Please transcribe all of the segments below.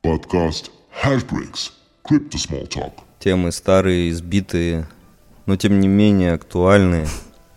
Подкаст Hashbricks. Crypto Small Talk. Темы старые, избитые, но тем не менее актуальные.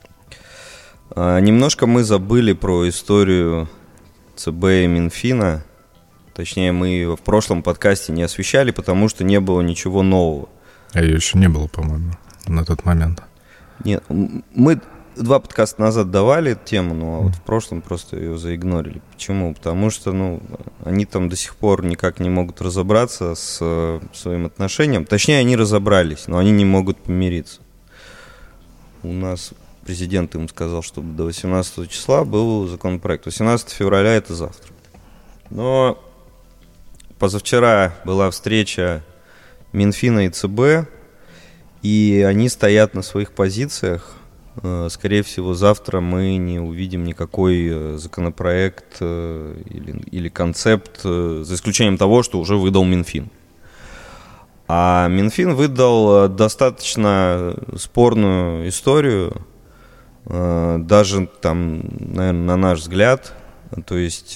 Немножко мы забыли про историю ЦБ и Минфина. Точнее, мы ее в прошлом подкасте не освещали, потому что не было ничего нового. А ее еще не было, по-моему, на тот момент. Нет, мы 2 подкаста назад давали эту тему, но вот в прошлом просто ее заигнорили. Почему? Потому что, они там до сих пор никак не могут разобраться с своим отношением. Точнее, они разобрались, но они не могут помириться. У нас президент им сказал, чтобы до 18 числа был законопроект. 18 февраля это завтра. Но позавчера была встреча Минфина и ЦБ, и они стоят на своих позициях. Скорее всего, завтра мы не увидим никакой законопроект или концепт, за исключением того, что уже выдал Минфин. А Минфин выдал достаточно спорную историю, даже там, наверное, на наш взгляд. То есть,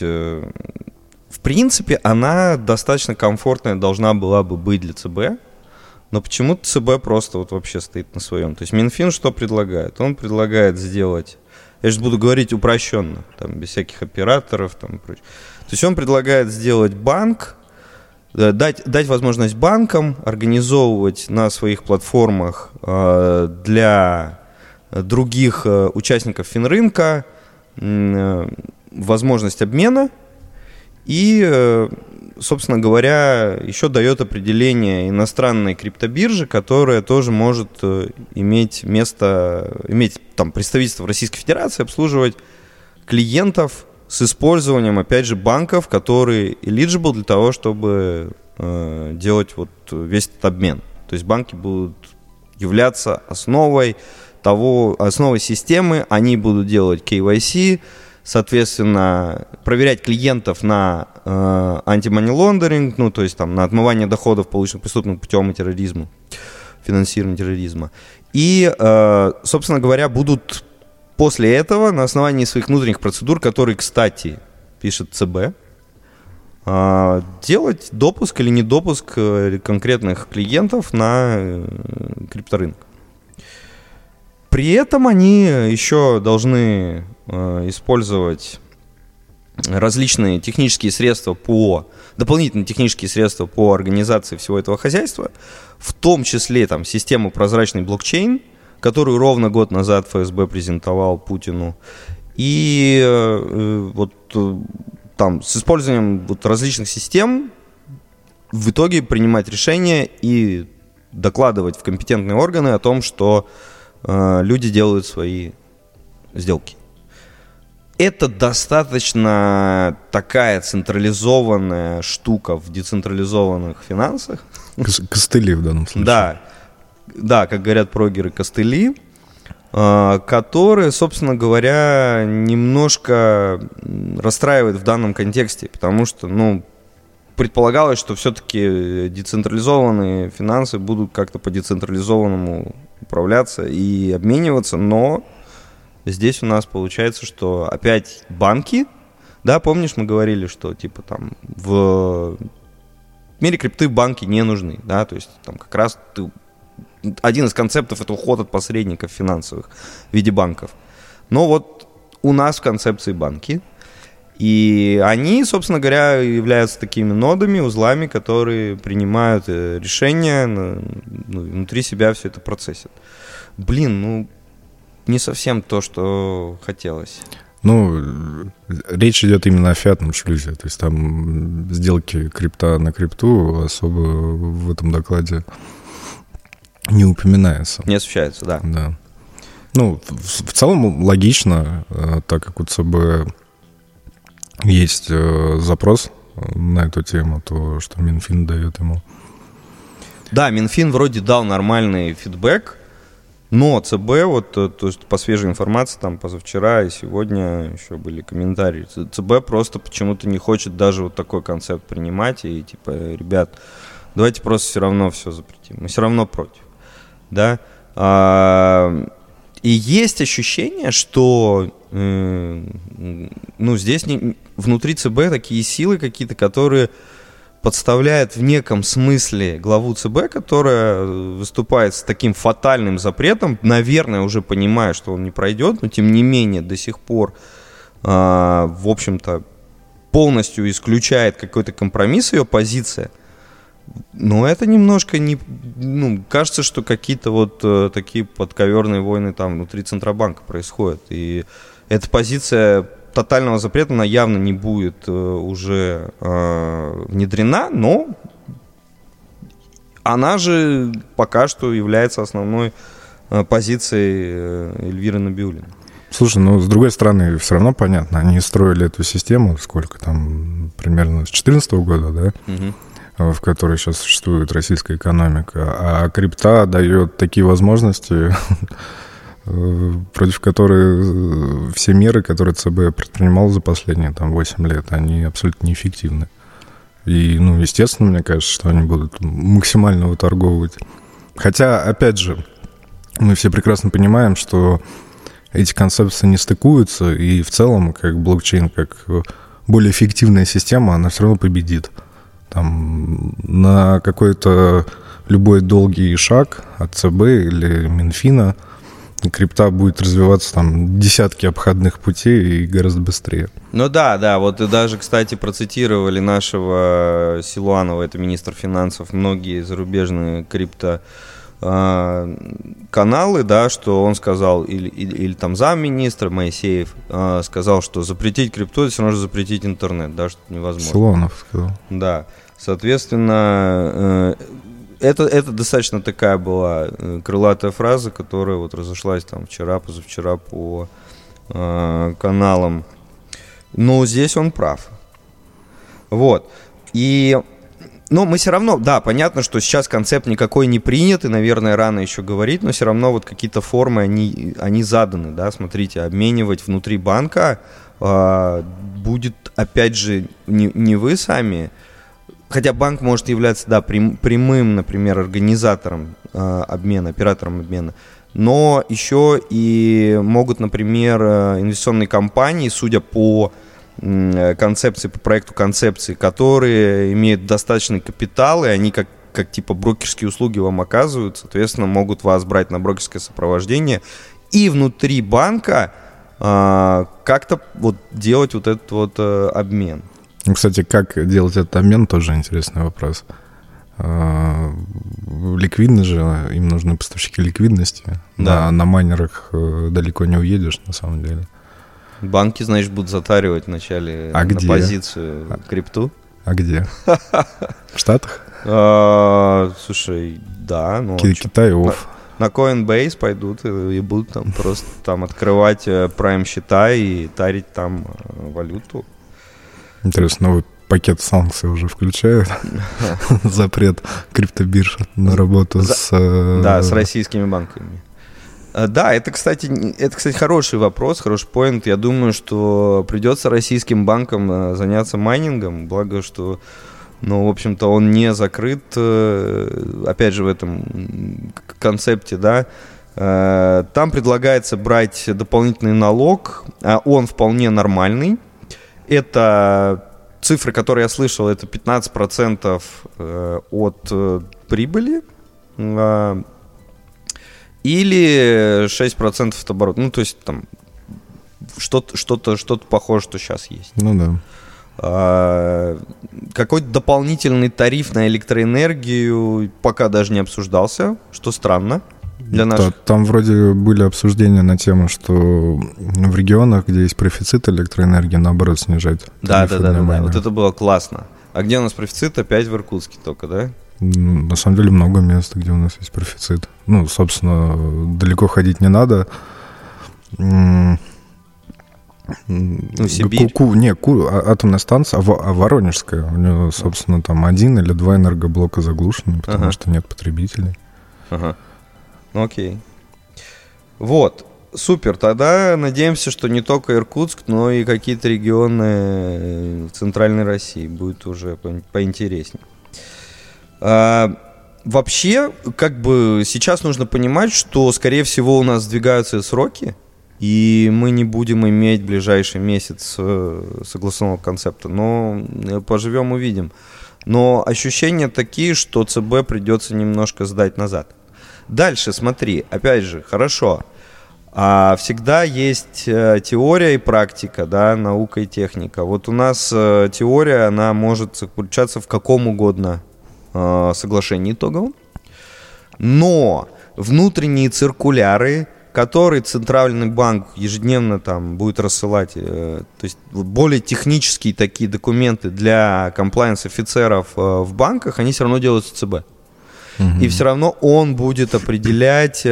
в принципе, она достаточно комфортная должна была бы быть для ЦБ. Но почему-то ЦБ просто вот вообще стоит на своем. То есть Минфин что предлагает? Он предлагает сделать, я сейчас буду говорить упрощенно, там, без всяких операторов там, и прочее. То есть он предлагает сделать банк, дать возможность банкам организовывать на своих платформах для других участников финрынка возможность обмена. И, собственно говоря, еще дает определение иностранной криптобиржи, которая тоже может иметь там представительство в Российской Федерации, обслуживать клиентов с использованием, опять же, банков, которые eligible для того, чтобы делать вот весь этот обмен. То есть банки будут являться основой системы, они будут делать KYC, соответственно, проверять клиентов на анти-мани лондаринг, то есть там на отмывание доходов, полученных преступным путем, и терроризму, финансированию терроризма. И, собственно говоря, будут после этого на основании своих внутренних процедур, которые, кстати, пишет ЦБ, делать допуск или недопуск конкретных клиентов на крипторынок. При этом они еще должны использовать различные технические средства дополнительные технические средства по организации всего этого хозяйства, в том числе там систему прозрачный блокчейн, которую ровно год назад ФСБ презентовал Путину, и вот там с использованием вот различных систем в итоге принимать решения и докладывать в компетентные органы о том, что люди делают свои сделки. Это достаточно такая централизованная штука в децентрализованных финансах. Костыли в данном случае. Да, как говорят прогеры, костыли, которые, собственно говоря, немножко расстраивают в данном контексте, потому что, предполагалось, что все-таки децентрализованные финансы будут как-то по-децентрализованному управляться и обмениваться, но здесь у нас получается, что опять банки, да, помнишь, мы говорили, что типа там в мире крипты банки не нужны, да, то есть там как раз один из концептов — это уход от посредников финансовых в виде банков. Но вот у нас в концепции банки, и они, собственно говоря, являются такими нодами, узлами, которые принимают решения, внутри себя все это процессят. Не совсем то, что хотелось. Речь идет именно о фиатном шлюзе. То есть там сделки крипта на крипту особо в этом докладе не упоминается. Не освещается, да. Да. В целом логично, так как у ЦБ есть запрос на эту тему, то, что Минфин дает ему. Да, Минфин вроде дал нормальный фидбэк, но ЦБ, то есть по свежей информации, там позавчера и сегодня еще были комментарии, ЦБ просто почему-то не хочет даже вот такой концепт принимать, и типа, ребят, давайте просто все равно все запретим, мы все равно против, да. И есть ощущение, что здесь внутри ЦБ такие силы какие-то, которые подставляет в неком смысле главу ЦБ, которая выступает с таким фатальным запретом, наверное, уже понимая, что он не пройдет, но тем не менее до сих пор, в общем-то, полностью исключает какой-то компромисс ее позиция. Но это немножко не... кажется, что какие-то вот такие подковерные войны там внутри Центробанка происходят. И эта позиция тотального запрета, она явно не будет уже внедрена, но она же пока что является основной позицией Эльвиры Набиуллиной. Слушай, с другой стороны, все равно понятно, они строили эту систему, сколько там, примерно с 2014 года, да, в которой сейчас существует российская экономика, а крипта дает такие возможности, против которых все меры, которые ЦБ предпринимал за последние 8 лет, они абсолютно неэффективны. И, естественно, мне кажется, что они будут максимально выторговывать. Хотя, опять же, мы все прекрасно понимаем, что эти концепции не стыкуются, и в целом, как блокчейн, как более эффективная система, она все равно победит. Там на какой-то любой долгий шаг от ЦБ или Минфина крипта будет развиваться там десятки обходных путей и гораздо быстрее. Ну да, вот и даже, кстати, процитировали нашего Силуанова, это министр финансов, многие зарубежные каналы, да, что он сказал, или там замминистра Моисеев сказал, что запретить крипту, это все равно же запретить интернет, да, что невозможно. Силуанов сказал. Да, соответственно, это достаточно такая была крылатая фраза, которая вот разошлась там вчера, позавчера по каналам. Но здесь он прав. Вот. Но мы все равно, да, понятно, что сейчас концепт никакой не принят, и, наверное, рано еще говорить, но все равно вот какие-то формы, они заданы, да, смотрите, обменивать внутри банка будет, опять же, не вы сами, хотя банк может являться, да, прямым, например, организатором обмена, оператором обмена, но еще и могут, например, инвестиционные компании, судя по концепции, по проекту концепции, которые имеют достаточный капитал, и они как типа брокерские услуги вам оказывают, соответственно, могут вас брать на брокерское сопровождение и внутри банка как-то вот делать вот этот вот обмен. Кстати, как делать этот обмен, тоже интересный вопрос. Ликвидно же, им нужны поставщики ликвидности. Да. На майнерах далеко не уедешь, на самом деле. Банки, значит, будут затаривать вначале на позицию крипту. А где? В Штатах? Слушай, да. Китай, офф. На Coinbase пойдут и будут там просто там открывать прайм счета и тарить там валюту. Интересно, новый пакет санкций уже включают? Запрет криптобирж на работу с российскими банками. Да, это, кстати, хороший вопрос, хороший поинт. Я думаю, что придется российским банкам заняться майнингом, благо, что, в общем-то, он не закрыт, опять же, в этом концепте, да. Там предлагается брать дополнительный налог, он вполне нормальный. Это цифры, которые я слышал, это 15% от прибыли, или 6% от оборота. То есть там что-то похоже, что сейчас есть. Да. Какой-то дополнительный тариф на электроэнергию пока даже не обсуждался, что странно для наших. Там вроде были обсуждения на тему, что в регионах, где есть профицит электроэнергии, наоборот, снижать. Да. Вот это было классно. А где у нас профицит? Опять в Иркутске только, да? На самом деле много мест, где у нас есть профицит. Собственно, далеко ходить не надо. Сибирь? Атомная станция, Воронежская. У нее, собственно, там 1 или 2 энергоблока заглушены, потому что нет потребителей. Ага. Окей. Вот. Супер. Тогда надеемся, что не только Иркутск, но и какие-то регионы в Центральной России будет уже поинтереснее. Вообще, сейчас нужно понимать, что, скорее всего, у нас сдвигаются сроки, и мы не будем иметь в ближайший месяц согласованного концепта. Но поживем, увидим. Но ощущения такие, что ЦБ придется немножко сдать назад. Дальше, смотри, опять же, хорошо. Всегда есть теория и практика, да, наука и техника. Вот у нас теория, она может заключаться в каком угодно соглашении итоговом. Но внутренние циркуляры, которые Центральный банк ежедневно там будет рассылать, то есть более технические такие документы для комплаенс-офицеров в банках, они все равно делаются ЦБ. И все равно он будет определять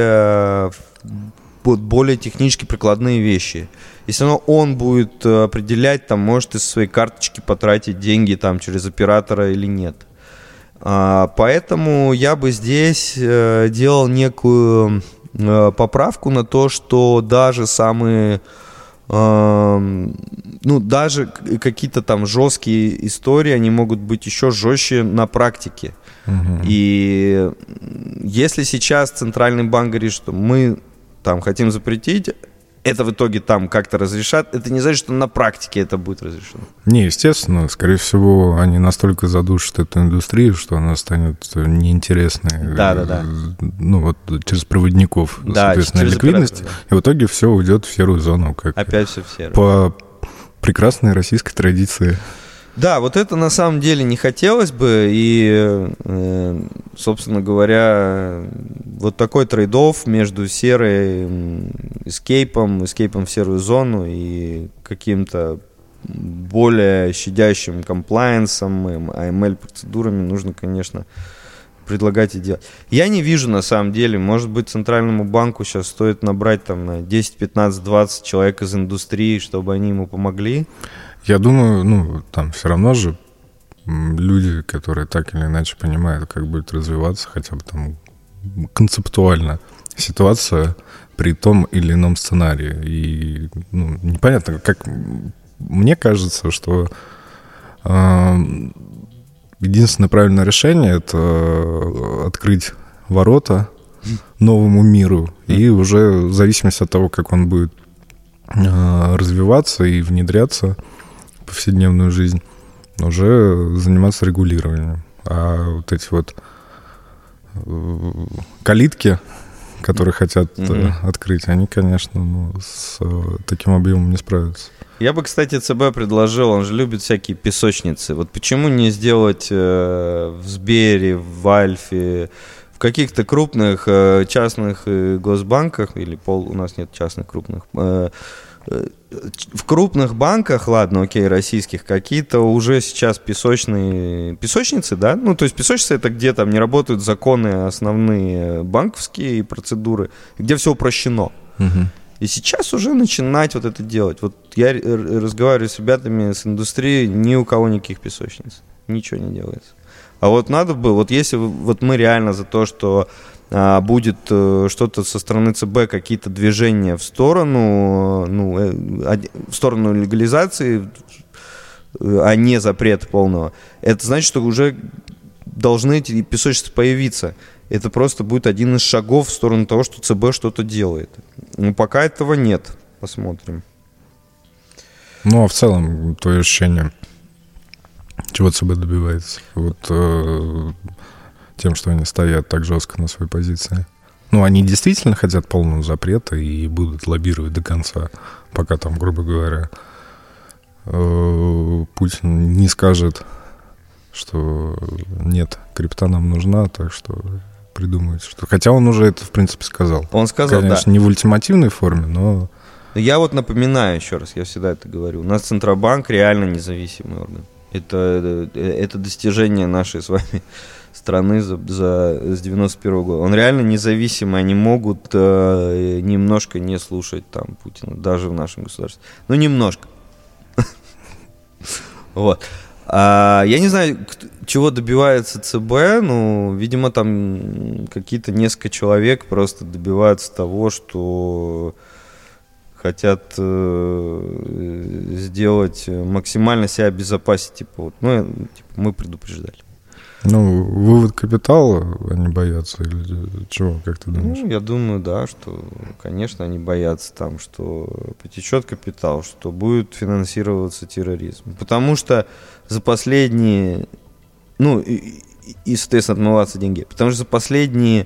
более технически прикладные вещи. И все равно он будет определять, там, может из своей карточки потратить деньги там, через оператора или нет. Поэтому я бы здесь делал некую поправку на то, что даже самые, даже какие-то там жесткие истории, они могут быть еще жестче на практике. И если сейчас Центральный банк говорит, что мы там хотим запретить, это в итоге там как-то разрешат, это не значит, что на практике это будет разрешено. Не, естественно, скорее всего, они настолько задушат эту индустрию, что она станет неинтересной. Да. Вот через проводников, соответственно, ликвидность. И в итоге все уйдет в серую зону. Опять все в серую. По прекрасной российской традиции. Да, вот это на самом деле не хотелось бы, и, собственно говоря, вот такой трейд-офф между серой эскейпом в серую зону и каким-то более щадящим комплаенсом, AML-процедурами нужно, конечно, предлагать и делать. Я не вижу, на самом деле, может быть, Центральному банку сейчас стоит набрать там 10, 15, 20 человек из индустрии, чтобы они ему помогли. Я думаю, там все равно же люди, которые так или иначе понимают, как будет развиваться хотя бы там концептуально ситуация при том или ином сценарии. И непонятно, как мне кажется, что единственное правильное решение — это открыть ворота новому миру, и уже в зависимости от того, как он будет развиваться и внедряться в повседневную жизнь, уже заниматься регулированием. А вот эти вот калитки, которые хотят открыть, они, конечно, с таким объемом не справятся. Я бы, кстати, ЦБ предложил, он же любит всякие песочницы. Вот почему не сделать в Сбере, в Альфе, в каких-то крупных частных госбанках, или у нас нет частных крупных, в крупных банках, ладно, окей, российских, какие-то уже сейчас песочницы, да? То есть песочницы — это где там не работают законы основные банковские процедуры, где все упрощено. И сейчас уже начинать вот это делать. Вот я разговариваю с ребятами с индустрии, ни у кого никаких песочниц. Ничего не делается. А вот надо бы, вот если вот мы реально за то, что будет что-то со стороны ЦБ, какие-то движения в сторону легализации, а не запрета полного, это значит, что уже должны эти песочницы появиться. Это просто будет один из шагов в сторону того, что ЦБ что-то делает. Но пока этого нет. Посмотрим. А в целом, твое ощущение, чего ЦБ добивается? Вот тем, что они стоят так жестко на своей позиции. Они действительно хотят полного запрета и будут лоббировать до конца, пока там, грубо говоря, Путин не скажет, что нет, крипта нам нужна, так что придумают что. Хотя он уже это, в принципе, сказал. Он сказал, конечно, да. Не в ультимативной форме, но... Я вот напоминаю еще раз, я всегда это говорю. У нас Центробанк реально независимый орган. Это достижение нашей с вами страны с 91 года. Он реально независимый, они могут немножко не слушать там Путина, даже в нашем государстве. Немножко. Вот. Я не знаю, чего добивается ЦБ, видимо, там какие-то несколько человек просто добиваются того, что хотят сделать, максимально себя обезопасить, мы предупреждали. Вывод капитала они боятся или чего, как ты думаешь? Я думаю, да, что, конечно, они боятся там, что потечет капитал, что будет финансироваться терроризм. Потому что за последние соответственно, отмываться деньги. Потому что за последние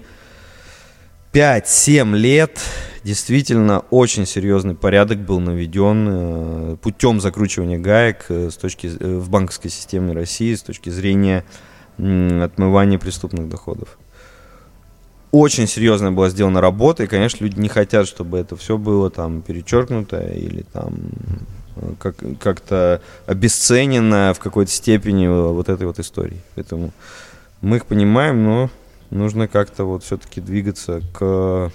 5-7 лет действительно очень серьезный порядок был наведен путем закручивания гаек в банковской системе России с точки зрения отмывания преступных доходов. Очень серьезная была сделана работа, и, конечно, люди не хотят, чтобы это все было там перечеркнуто или там как-то обесценено в какой-то степени вот этой вот истории. Поэтому мы их понимаем, но нужно как-то вот все-таки двигаться к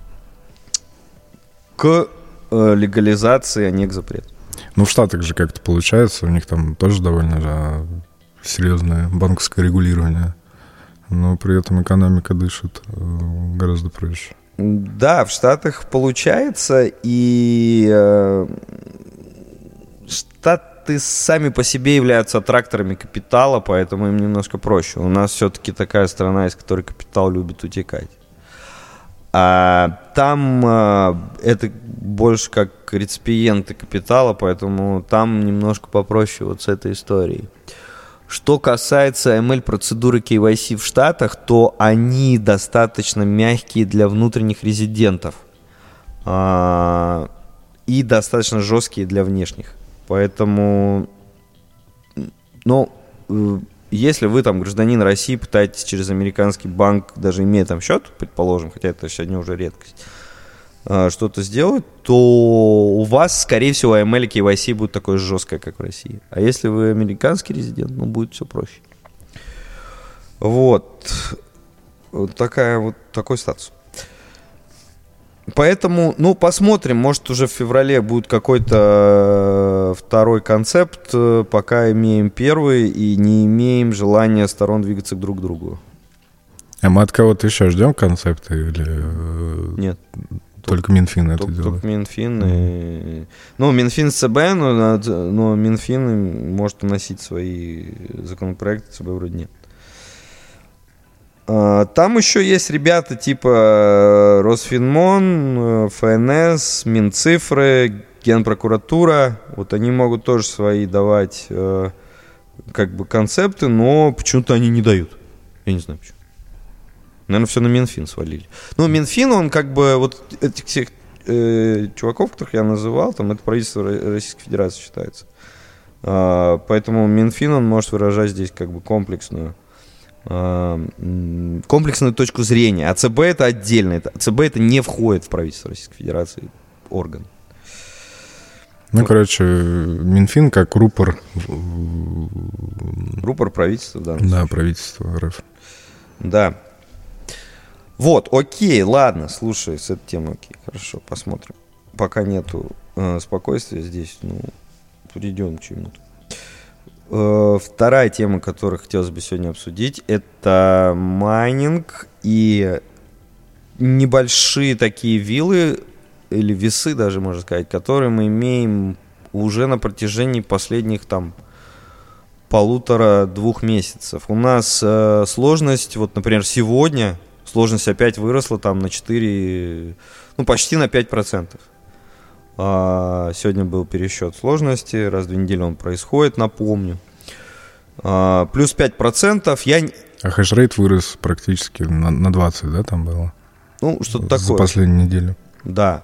легализации, а не к запрету. Ну, в Штатах же как-то получается, у них там тоже довольно серьезное банковское регулирование, но при этом экономика дышит гораздо проще. Да, в Штатах получается, и Штаты сами по себе являются аттракторами капитала, поэтому им немножко проще. У нас все-таки такая страна, из которой капитал любит утекать. А там это больше как реципиенты капитала, поэтому там немножко попроще вот с этой историей. Что касается ML-процедуры KYC в Штатах, то они достаточно мягкие для внутренних резидентов и достаточно жесткие для внешних. Поэтому, если вы там гражданин России, пытаетесь через американский банк, даже имея там счет, предположим, хотя это сегодня уже редкость, что-то сделать, то у вас, скорее всего, AML и KYC будет такое же жесткое, как в России. А если вы американский резидент, будет все проще. Вот такой статус. Поэтому, посмотрим, может уже в феврале будет какой-то второй концепт, пока имеем первый и не имеем желания сторон двигаться друг к другу. А мы от кого-то еще ждем концепты или... Нет. Только Минфин это делает? Только Минфин. Минфин с ЦБ, но Минфин может вносить свои законопроекты, ЦБ вроде нет. Там еще есть ребята типа Росфинмон, ФНС, Минцифры, Генпрокуратура. Вот они могут тоже свои давать концепты, но почему-то они не дают. Я не знаю почему. Наверное, все на Минфин свалили. Минфин, он вот этих всех чуваков, которых я называл, там это правительство Российской Федерации считается. Поэтому Минфин, он может выражать здесь комплексную точку зрения. А ЦБ это отдельно. ЦБ это не входит в правительство Российской Федерации орган. Минфин как рупор. Рупор правительства, да. Да, правительство РФ. Да. Окей, ладно, слушай, с этой темой окей, хорошо, посмотрим. Пока нету спокойствия здесь, придем чему-то. Вторая тема, которую хотелось бы сегодня обсудить, это майнинг и небольшие такие виллы, или весы даже, можно сказать, которые мы имеем уже на протяжении последних 1,5-2 месяцев. У нас сложность, например, сегодня сложность опять выросла на 4, почти на 5%. Сегодня был пересчет сложности, раз в 2 недели он происходит, напомню. Плюс 5%. А хэшрейт вырос практически на 20, да, там было? Что-то такое. За последнюю неделю. Да.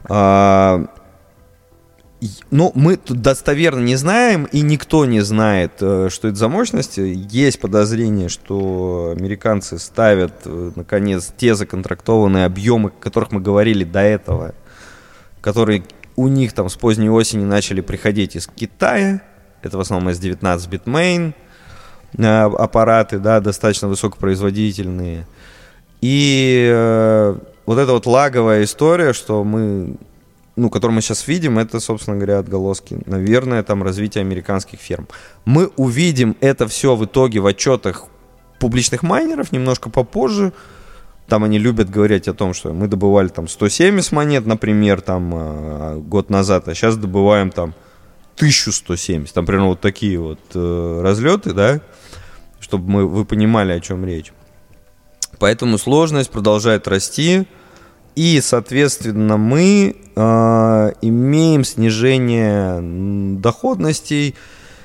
Мы тут достоверно не знаем, и никто не знает, что это за мощности. Есть подозрение, что американцы ставят, наконец, те законтрактованные объемы, о которых мы говорили до этого, которые у них с поздней осени начали приходить из Китая. Это в основном S19 Bitmain аппараты, да, достаточно высокопроизводительные. И эта лаговая история, что которую мы сейчас видим, это, собственно говоря, отголоски, наверное, развития американских ферм. Мы увидим это все в итоге в отчетах публичных майнеров немножко попозже. Там они любят говорить о том, что мы добывали 170 монет, например, год назад, а сейчас добываем 1170. Там примерно такие разлеты, да, чтобы вы понимали, о чем речь. Поэтому сложность продолжает расти. И, соответственно, мы имеем снижение доходностей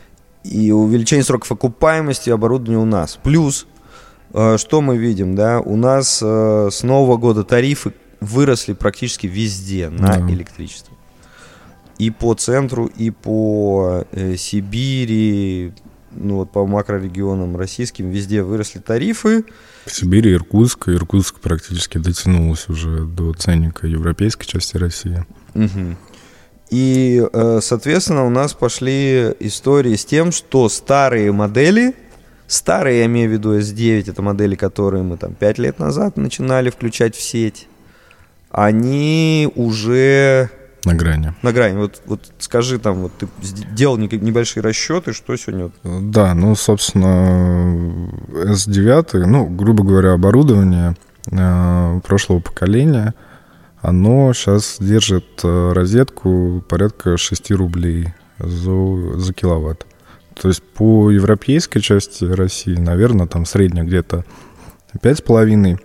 и увеличение сроков окупаемости оборудования у нас. Плюс, что мы видим, да, у нас с Нового года тарифы выросли практически везде на электричество. И по центру, и по Сибири, ну вот по макрорегионам российским, везде выросли тарифы. В Сибири, Иркутск практически дотянулось уже до ценника европейской части России. Угу. И, соответственно, у нас пошли истории с тем, что старые модели, старые, я имею в виду S9, это модели, которые мы там 5 лет назад начинали включать в сеть, они уже... На грани. На грани. Вот скажи, там, вот ты делал небольшие расчеты, что сегодня... Да, ну, собственно, S9, ну, грубо говоря, оборудование прошлого поколения, оно сейчас держит розетку порядка 6 рублей за киловатт. То есть по европейской части России, наверное, там средняя где-то 5,5,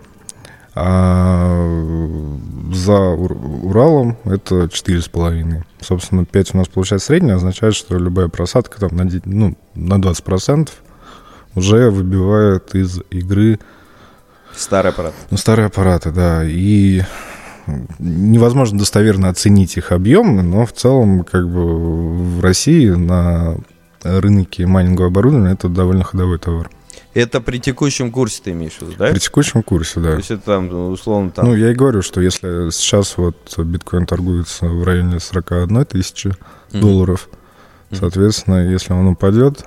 а за Уралом это 4,5. Собственно, 5 у нас получается средняя, означает, что любая просадка там, на 20% уже выбивает из игры... Старые аппараты. Ну, старые аппараты, да. И невозможно достоверно оценить их объемы, но в целом как бы в России на рынке майнингового оборудования это довольно ходовой товар. Это при текущем курсе ты имеешь в виду, да? При текущем курсе, да. То есть это там, условно, там... Ну, я и говорю, что если сейчас вот биткоин торгуется в районе 41 тысячи долларов, соответственно, если он упадет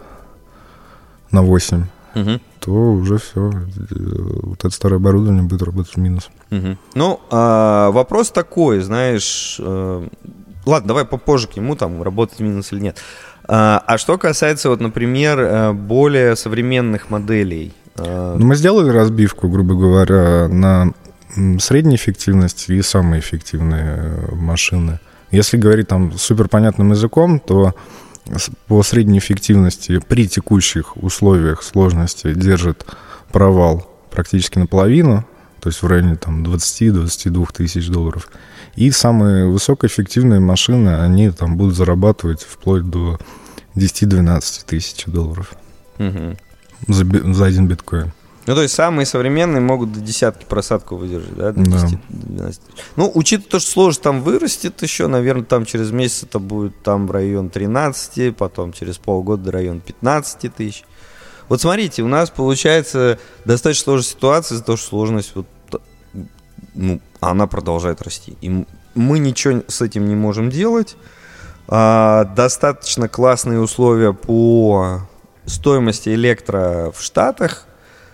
на 8, то уже все, вот это старое оборудование будет работать в минус. Ну, вопрос такой, знаешь, ладно, давай попозже к нему, там, работать в минус или нет. А что касается, вот, например, более современных моделей? Ну, мы сделали разбивку, грубо говоря, на средней эффективности и самые эффективные машины. Если говорить там суперпонятным языком, то по средней эффективности при текущих условиях сложности держит провал практически наполовину, то есть в районе там 20-22 тысяч долларов. И самые высокоэффективные машины, они там будут зарабатывать вплоть до 10-12 тысяч долларов за один биткоин. Ну, то есть самые современные могут до десятки просадку выдержать, да? До 10-12. Ну, учитывая то, что сложность там вырастет еще, наверное, там через месяц это будет там в район 13, потом через полгода до района 15 тысяч. Вот смотрите, у нас получается достаточно сложная ситуация из-за того, что сложность вот, ну, она продолжает расти. И мы ничего с этим не можем делать. Достаточно классные условия по стоимости электро в Штатах.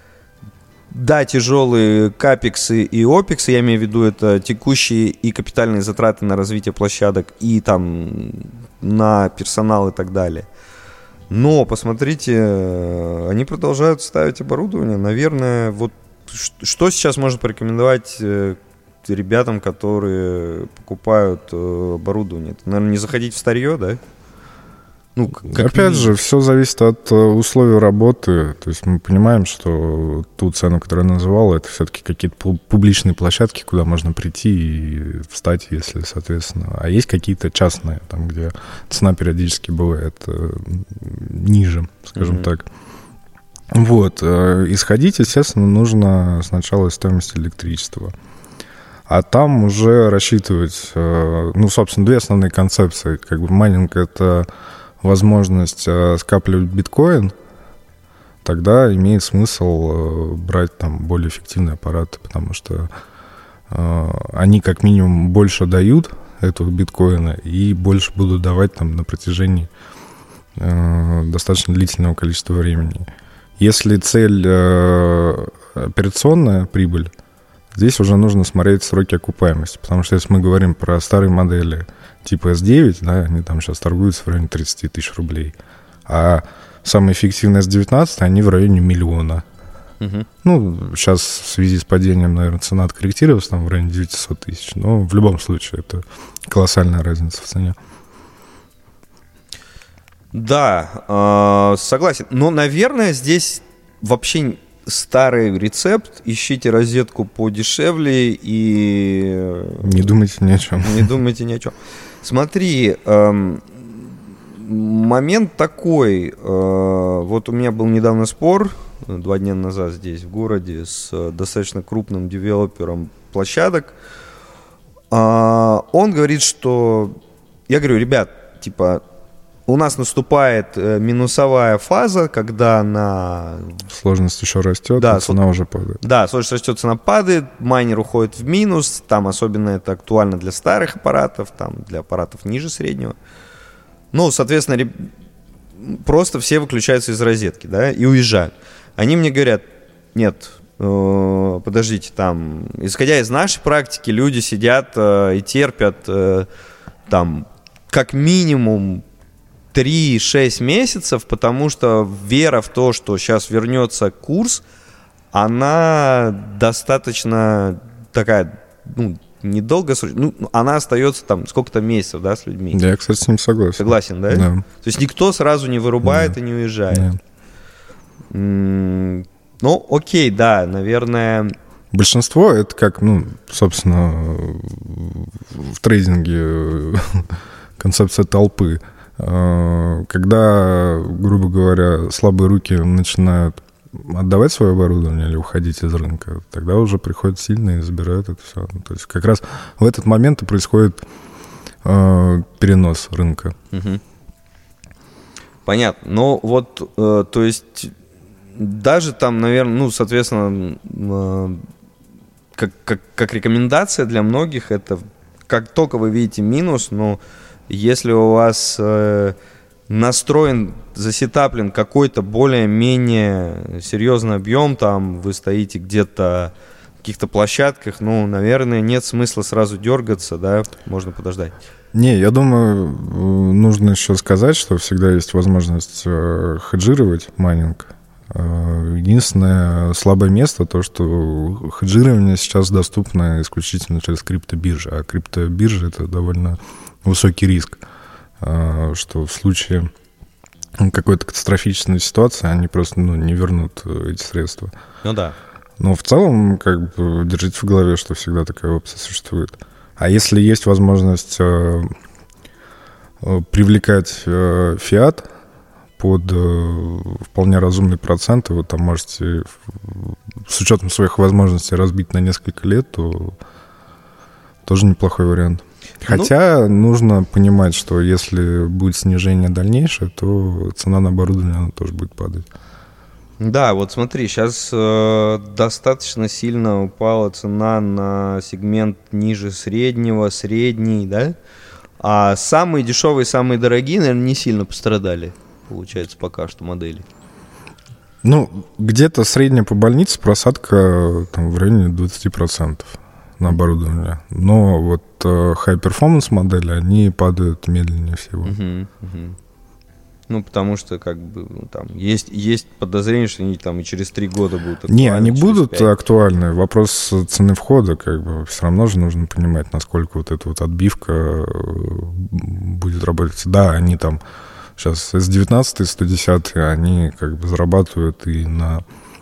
Да, тяжелые капексы и опексы, я имею в виду, это текущие и капитальные затраты на развитие площадок и там на персонал и так далее. Но, посмотрите, они продолжают ставить оборудование. Наверное, вот что сейчас можно порекомендовать ребятам, которые покупают оборудование? Это, наверное, не заходить в старье, да? Ну, опять же, все зависит от условий работы. То есть мы понимаем, что ту цену, которую я называл, это все-таки какие-то публичные площадки, куда можно прийти и встать, если, соответственно. А есть какие-то частные, там, где цена периодически бывает ниже, скажем так. Вот. Исходить, естественно, нужно сначала из стоимости электричества. А там уже рассчитывать, ну, собственно, две основные концепции. Как бы майнинг — это возможность скапливать биткоин, тогда имеет смысл брать там более эффективные аппараты, потому что они как минимум больше дают этого биткоина и больше будут давать там на протяжении достаточно длительного количества времени. Если цель операционная прибыль, здесь уже нужно смотреть сроки окупаемости, потому что если мы говорим про старые модели типа S9, да, они там сейчас торгуются в районе 30 тысяч рублей, а самые эффективные S19, они в районе 1 миллиона. Ну, сейчас в связи с падением, наверное, цена откорректировалась там в районе 900 тысяч, но в любом случае это колоссальная разница в цене. Да, согласен. Но, наверное, здесь вообще старый рецепт. Ищите розетку подешевле и... Не думайте ни о чем. Не думайте ни о чем. Смотри, момент такой. Вот у меня был недавно спор, 2 дня назад здесь, в городе, с достаточно крупным девелопером площадок. Он говорит, что... Я говорю, ребят, типа, у нас наступает минусовая фаза, когда сложность еще растет, да, цена уже падает. Да, сложность растет, цена падает, майнер уходит в минус, там особенно это актуально для старых аппаратов, там для аппаратов ниже среднего. Ну, соответственно, просто все выключаются из розетки, да, и уезжают. Они мне говорят, нет, подождите, там, исходя из нашей практики, люди сидят и терпят там как минимум 3-6 месяцев, потому что вера в то, что сейчас вернется курс, она достаточно такая, ну, недолгосрочная, ну, она остается там сколько-то месяцев, да, с людьми. Я, кстати, с ним согласен. Согласен, да? Да. То есть никто сразу не вырубает и не уезжает. Ну, окей, да, наверное... Большинство, это как, ну, собственно, в трейдинге концепция толпы. Когда, грубо говоря, слабые руки начинают отдавать свое оборудование или уходить из рынка, тогда уже приходят сильные и забирают это все. То есть как раз в этот момент и происходит перенос рынка. Угу. Понятно. Но вот, то есть, даже там, наверное, ну, соответственно, как рекомендация для многих, это как только вы видите минус, ну, если у вас настроен, засетаплен какой-то более-менее серьезный объем, там вы стоите где-то в каких-то площадках, ну, наверное, нет смысла сразу дергаться, да, можно подождать. Не, я думаю, нужно еще сказать, что всегда есть возможность хеджировать майнинг. Единственное слабое место то, что хеджирование сейчас доступно исключительно через криптобиржи, а криптобиржа — это довольно высокий риск, что в случае какой-то катастрофической ситуации они просто, ну, не вернут эти средства. Ну да. Но в целом, как бы, держите в голове, что всегда такая опция существует. А если есть возможность привлекать фиат под вполне разумные проценты, вы там можете с учетом своих возможностей разбить на несколько лет, то тоже неплохой вариант. Хотя нужно понимать, что если будет снижение дальнейшее, то цена на оборудование она тоже будет падать. Да, вот смотри, сейчас достаточно сильно упала цена на сегмент ниже среднего, средний, да? А самые дешевые, самые дорогие, наверное, не сильно пострадали, получается, пока что модели. Ну, где-то средняя по больнице просадка там, в районе 20% на оборудование. Но вот high-performance модели, они падают медленнее всего. Ну, потому что, как бы, там, есть подозрение, что они там и через 3 года будут актуальны. Не, они будут 5. Актуальны. Вопрос цены входа, как бы, все равно же нужно понимать, насколько вот эта вот отбивка будет работать. Да, они там сейчас S19, 110, они как бы зарабатывают и на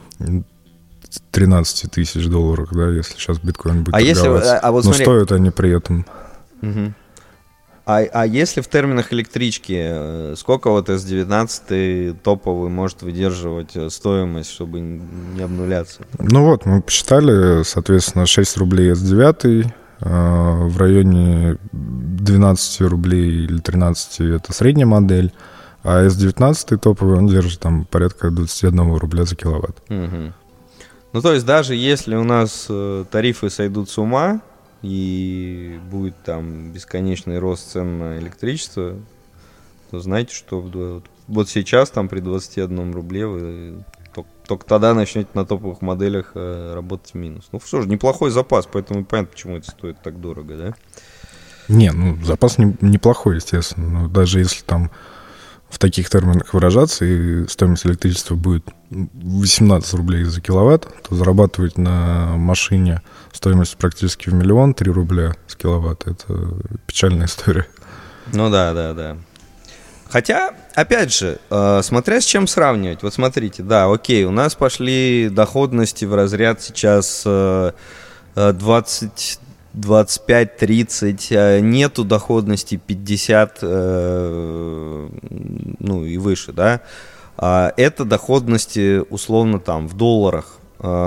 13 тысяч долларов, да, если сейчас биткоин будет торговаться. Вот но смотри, стоят они при этом. Угу. А если в терминах электрички, сколько вот S19 топовый может выдерживать стоимость, чтобы не обнуляться? Ну вот, мы посчитали, соответственно, 6 рублей S9, в районе 12 рублей или 13 это средняя модель, а S19 топовый, он держит там порядка 21 рубля за киловатт. Угу. Ну, то есть даже если у нас тарифы сойдут с ума, и будет там бесконечный рост цен на электричество, то знаете, что вот сейчас там при 21 рубле вы только тогда начнете на топовых моделях работать в минус. Ну что ж, неплохой запас, поэтому понятно, почему это стоит так дорого, да? Не, ну запас неплохой, естественно, но даже если там в таких терминах выражаться, и стоимость электричества будет 18 рублей за киловатт, то зарабатывать на машине стоимость практически в 1 миллион, 3 рубля с киловатта, это печальная история. Ну да. Хотя, опять же, смотря с чем сравнивать. Вот смотрите, да, окей, у нас пошли доходности в разряд сейчас 22 25-30, нету доходности 50, ну и выше, да. Это доходности условно там в долларах.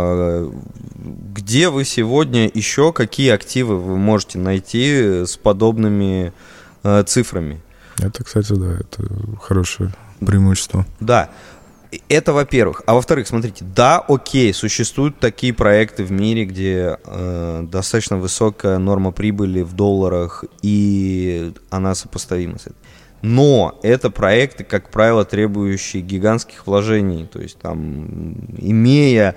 Где вы сегодня еще, какие активы вы можете найти с подобными цифрами? Это, кстати, да, это хорошее преимущество. Да, это во-первых. А во-вторых, смотрите, да, окей, существуют такие проекты в мире, где достаточно высокая норма прибыли в долларах, и она сопоставима с этим. Но это проекты, как правило, требующие гигантских вложений. То есть там, имея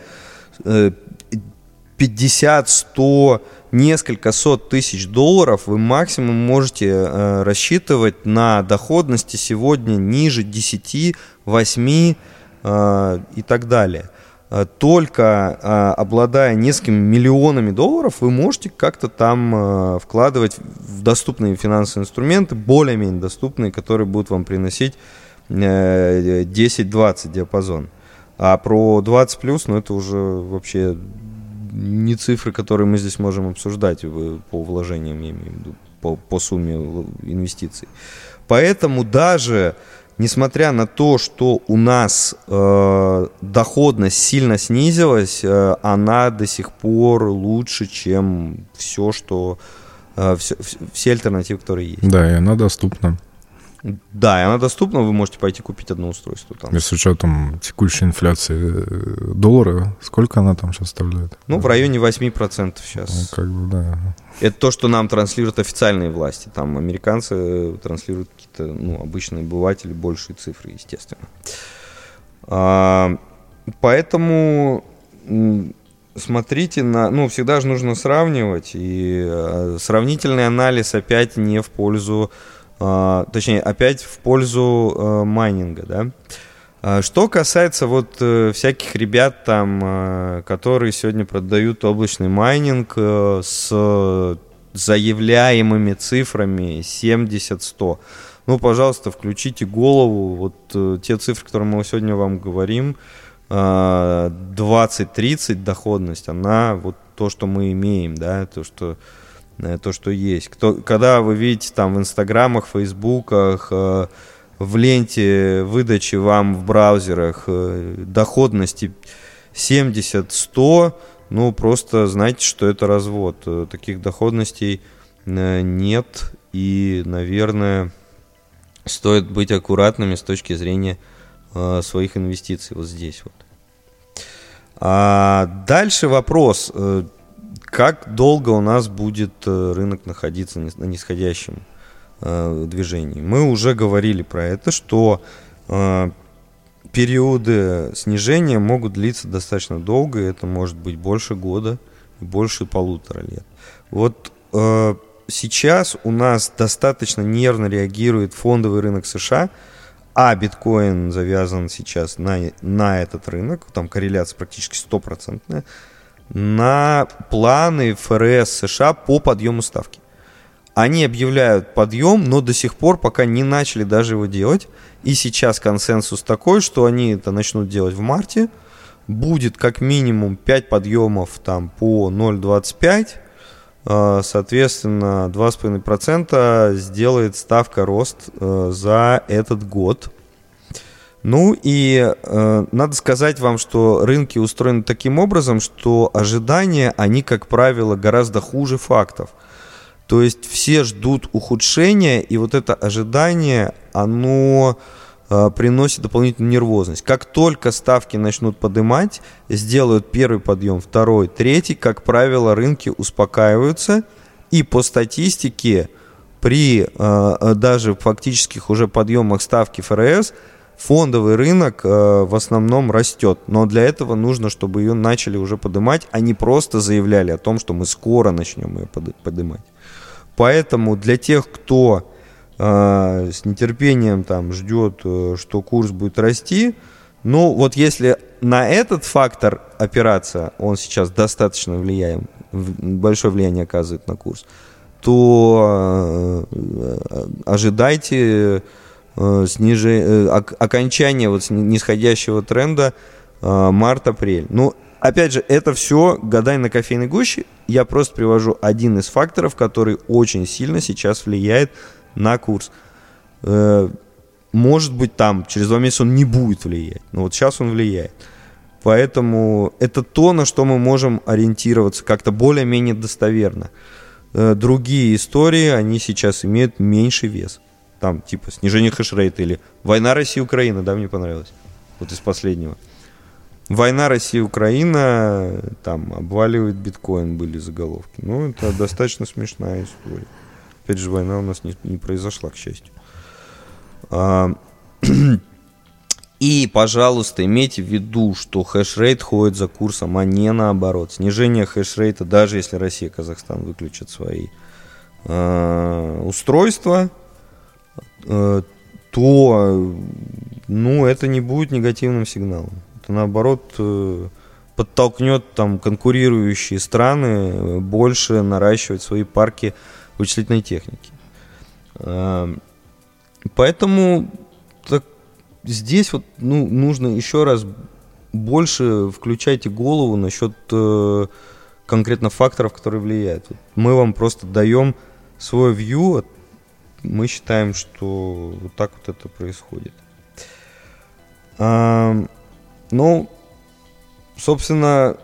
50, 100, несколько сот тысяч долларов, вы максимум можете рассчитывать на доходности сегодня ниже 10, 8 и так далее. Только обладая несколькими миллионами долларов, вы можете как-то там вкладывать в доступные финансовые инструменты, более-менее доступные, которые будут вам приносить 10-20 диапазон. А про 20 плюс, ну это уже вообще не цифры, которые мы здесь можем обсуждать по вложениям, я имею в виду, по сумме инвестиций. Поэтому даже несмотря на то, что у нас доходность сильно снизилась, она до сих пор лучше, чем все альтернативы, которые есть. Да, и она доступна. Да, и она доступна, вы можете пойти купить одно устройство. Там. С учетом текущей инфляции доллара, сколько она там сейчас составляет? Ну, в районе 8% сейчас. Ну, как бы, да. Это то, что нам транслируют официальные власти. Там американцы транслируют какие-то, обычные обыватели, большие цифры, естественно. Поэтому смотрите всегда же нужно сравнивать. И сравнительный анализ опять не в пользу, точнее, опять в пользу майнинга, да. Что касается всяких ребят там, которые сегодня продают облачный майнинг с заявляемыми цифрами 70-100, пожалуйста, включите голову, те цифры, которые мы сегодня вам говорим, 20-30 доходность, она то, что мы имеем, да, то, что есть. Когда вы видите там в инстаграмах, фейсбуках, в ленте выдачи вам в браузерах доходности 70-100, просто знайте, что это развод. Таких доходностей нет, и, наверное, стоит быть аккуратными с точки зрения своих инвестиций вот здесь вот. Дальше вопрос, как долго у нас будет рынок находиться на нисходящем движении. Мы уже говорили про это, что периоды снижения могут длиться достаточно долго, и это может быть больше года, больше 1,5 лет. Сейчас у нас достаточно нервно реагирует фондовый рынок США, а биткоин завязан сейчас на этот рынок, там корреляция практически 100%, на планы ФРС США по подъему ставки. Они объявляют подъем, но до сих пор пока не начали даже его делать. И сейчас консенсус такой, что они это начнут делать в марте. Будет как минимум 5 подъемов там, по 0,25. Соответственно, 2,5% сделает ставка рост за этот год. Надо сказать вам, что рынки устроены таким образом, что ожидания, они, как правило, гораздо хуже фактов. То есть все ждут ухудшения, и это ожидание, оно приносит дополнительную нервозность. Как только ставки начнут поднимать, сделают первый подъем, второй, третий, как правило, рынки успокаиваются, и по статистике при даже фактических уже подъемах ставки ФРС фондовый рынок в основном растет. Но для этого нужно, чтобы ее начали уже поднимать, а не просто заявляли о том, что мы скоро начнем ее поднимать. Поэтому для тех, кто с нетерпением там ждет, что курс будет расти, если на этот фактор опираться, он сейчас достаточно большое влияние оказывает на курс, то ожидайте окончания нисходящего тренда март-апрель. опять же, это все гадай на кофейной гуще. Я просто привожу один из факторов, который очень сильно сейчас влияет на курс. Может быть, там через 2 месяца он не будет влиять, но вот сейчас он влияет. Поэтому это то, на что мы можем ориентироваться как-то более-менее достоверно. Другие истории, они сейчас имеют меньший вес. Там типа снижение хэшрейта или война Россия-Украина, да, мне понравилось. Вот из последнего. Война Россия-Украина, там обваливает биткоин, были заголовки. Ну, это достаточно смешная история. Опять же, война у нас не произошла, к счастью. И, пожалуйста, имейте в виду, что хэшрейт ходит за курсом, а не наоборот. Снижение хэшрейта, даже если Россия и Казахстан выключат свои устройства, то это не будет негативным сигналом. Это, наоборот, подтолкнет там, конкурирующие страны больше наращивать свои парки вычислительной техники. Поэтому здесь вот, нужно еще раз больше включайте голову насчет конкретно факторов, которые влияют. Мы вам просто даем свой view, мы считаем, что вот так вот это происходит. Собственно,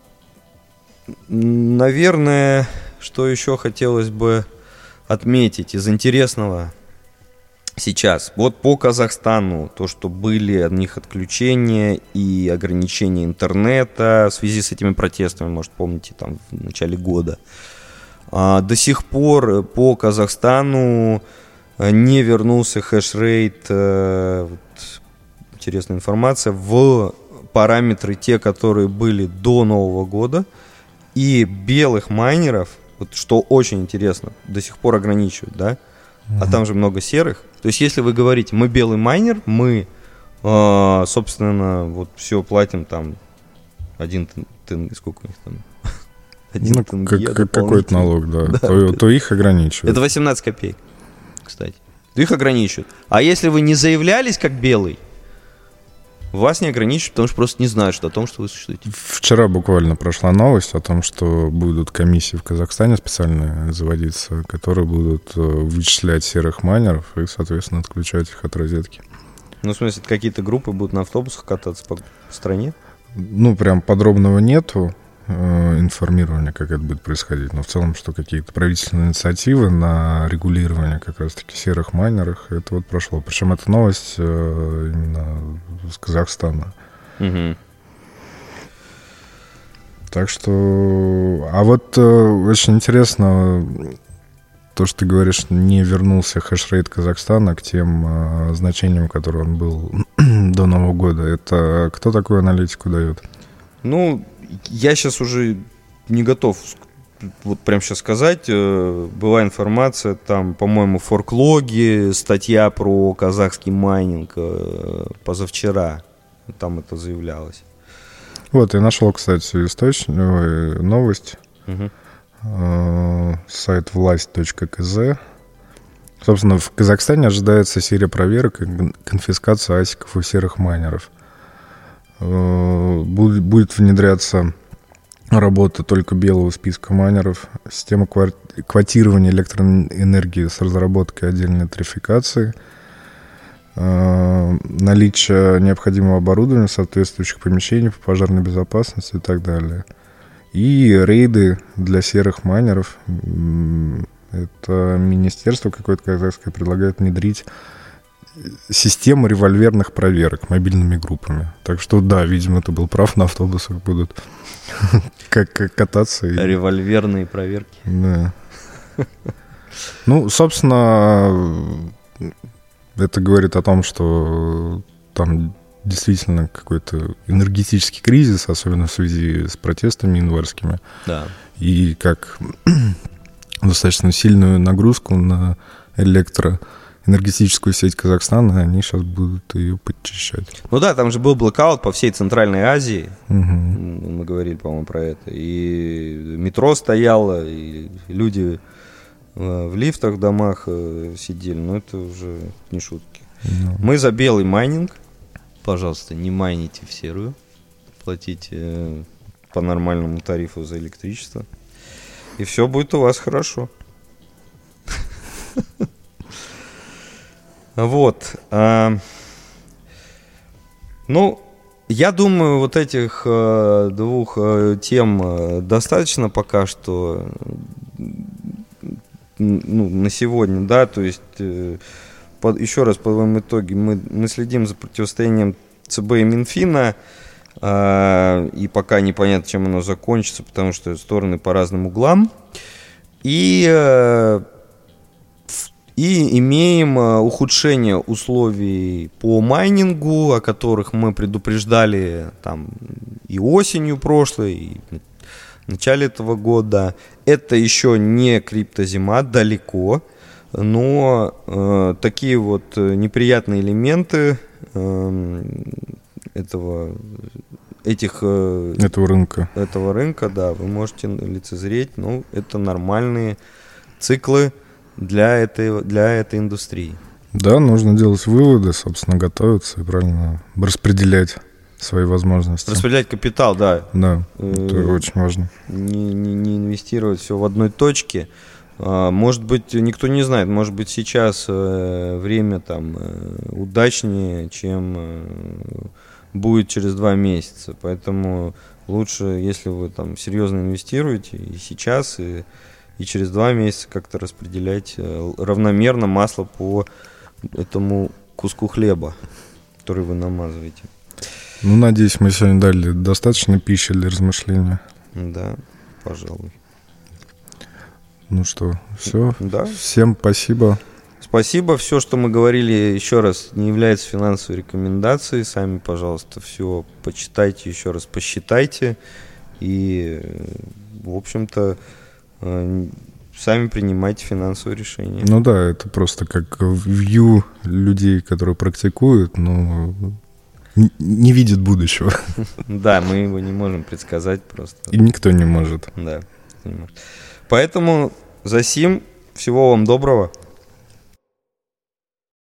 наверное, что еще хотелось бы отметить из интересного сейчас. Вот по Казахстану, то, что были от них отключения и ограничения интернета в связи с этими протестами, может, помните, там в начале года. До сих пор по Казахстану не вернулся хэшрейт, интересная информация, в параметры те, которые были до Нового года. И белых майнеров, вот что очень интересно, до сих пор ограничивают, да? А там же много серых. То есть, если вы говорите, мы белый майнер, мы, собственно, вот все платим там 1 тенге, сколько у них там? 1 тенге. Какой-то налог, да. То их ограничивают. Это 18 копеек, кстати. То их ограничивают. А если вы не заявлялись как белый, вас не ограничивают, потому что просто не знают о том, что вы существуете. Вчера буквально прошла новость о том, что будут комиссии в Казахстане специальные заводиться, которые будут вычислять серых майнеров и, соответственно, отключать их от розетки. Ну, в смысле, какие-то группы будут на автобусах кататься по стране? Ну, прям подробного нету информирования, как это будет происходить. Но в целом, что какие-то правительственные инициативы на регулирование как раз-таки серых майнеров, это вот прошло. Причем эта новость именно с Казахстана. Угу. Так что... А вот очень интересно то, что ты говоришь, не вернулся хэшрейт Казахстана к тем значениям, которые он был до Нового года. Это кто такую аналитику дает? Ну, я сейчас уже не готов вот прямо сейчас сказать. Была информация, там, по-моему, в форклоге статья про казахский майнинг позавчера. Там это заявлялось. Вот, я нашел, кстати, источник, новость. Угу. Сайт власть.кз. Собственно, в Казахстане ожидается серия проверок и конфискация асиков у серых майнеров. Будет внедряться работа только белого списка майнеров, система квотирования электроэнергии с разработкой отдельной тарификации, наличие необходимого оборудования, соответствующих помещений по пожарной безопасности и так далее. И рейды для серых майнеров. Это министерство какое-то казахское предлагает внедрить систему револьверных проверок мобильными группами. Так что, да, видимо, ты был прав, на автобусах будут как кататься. Револьверные проверки. Да. Ну, собственно, это говорит о том, что там действительно какой-то энергетический кризис, особенно в связи с протестами январскими. Да. И как достаточно сильную нагрузку на энергетическую сеть Казахстана, они сейчас будут ее подчищать. Ну да, там же был блэкаут по всей Центральной Азии. Угу. Мы говорили, по-моему, про это. И метро стояло, и люди в лифтах в домах сидели. Но это уже не шутки. Мы за белый майнинг. Пожалуйста, не майните в серую. Платите по нормальному тарифу за электричество. И все будет у вас хорошо. Вот. Ну, я думаю, вот этих двух тем достаточно пока что, ну, на сегодня, да, то есть, еще раз подводим итоги, мы следим за противостоянием ЦБ и Минфина, и пока непонятно, чем оно закончится, потому что стороны по разным углам, и имеем ухудшение условий по майнингу, о которых мы предупреждали там и осенью прошлой, и в начале этого года. Это еще не криптозима, далеко, но такие вот неприятные элементы этого рынка, да, вы можете лицезреть, ну, это нормальные циклы для этой индустрии. Да, нужно делать выводы, собственно, готовиться и правильно распределять свои возможности. Распределять капитал, да. Да, это очень важно. Не инвестировать все в одной точке. Может быть, никто не знает, может быть, сейчас время там удачнее, чем будет через 2 месяца. Поэтому лучше, если вы там серьезно инвестируете, и сейчас, и через 2 месяца как-то распределять равномерно масло по этому куску хлеба, который вы намазываете. Ну, надеюсь, мы сегодня дали достаточно пищи для размышления. Да, пожалуй. Ну что, все. Да. Всем спасибо. Спасибо. Все, что мы говорили, еще раз, не является финансовой рекомендацией. Сами, пожалуйста, все почитайте, еще раз посчитайте. И, в общем-то, сами принимайте финансовые решения. Ну да, это просто как вью людей, которые практикуют, но не видят будущего. Да, мы его не можем предсказать просто. И никто не может. Да. Поэтому за сим всего вам доброго.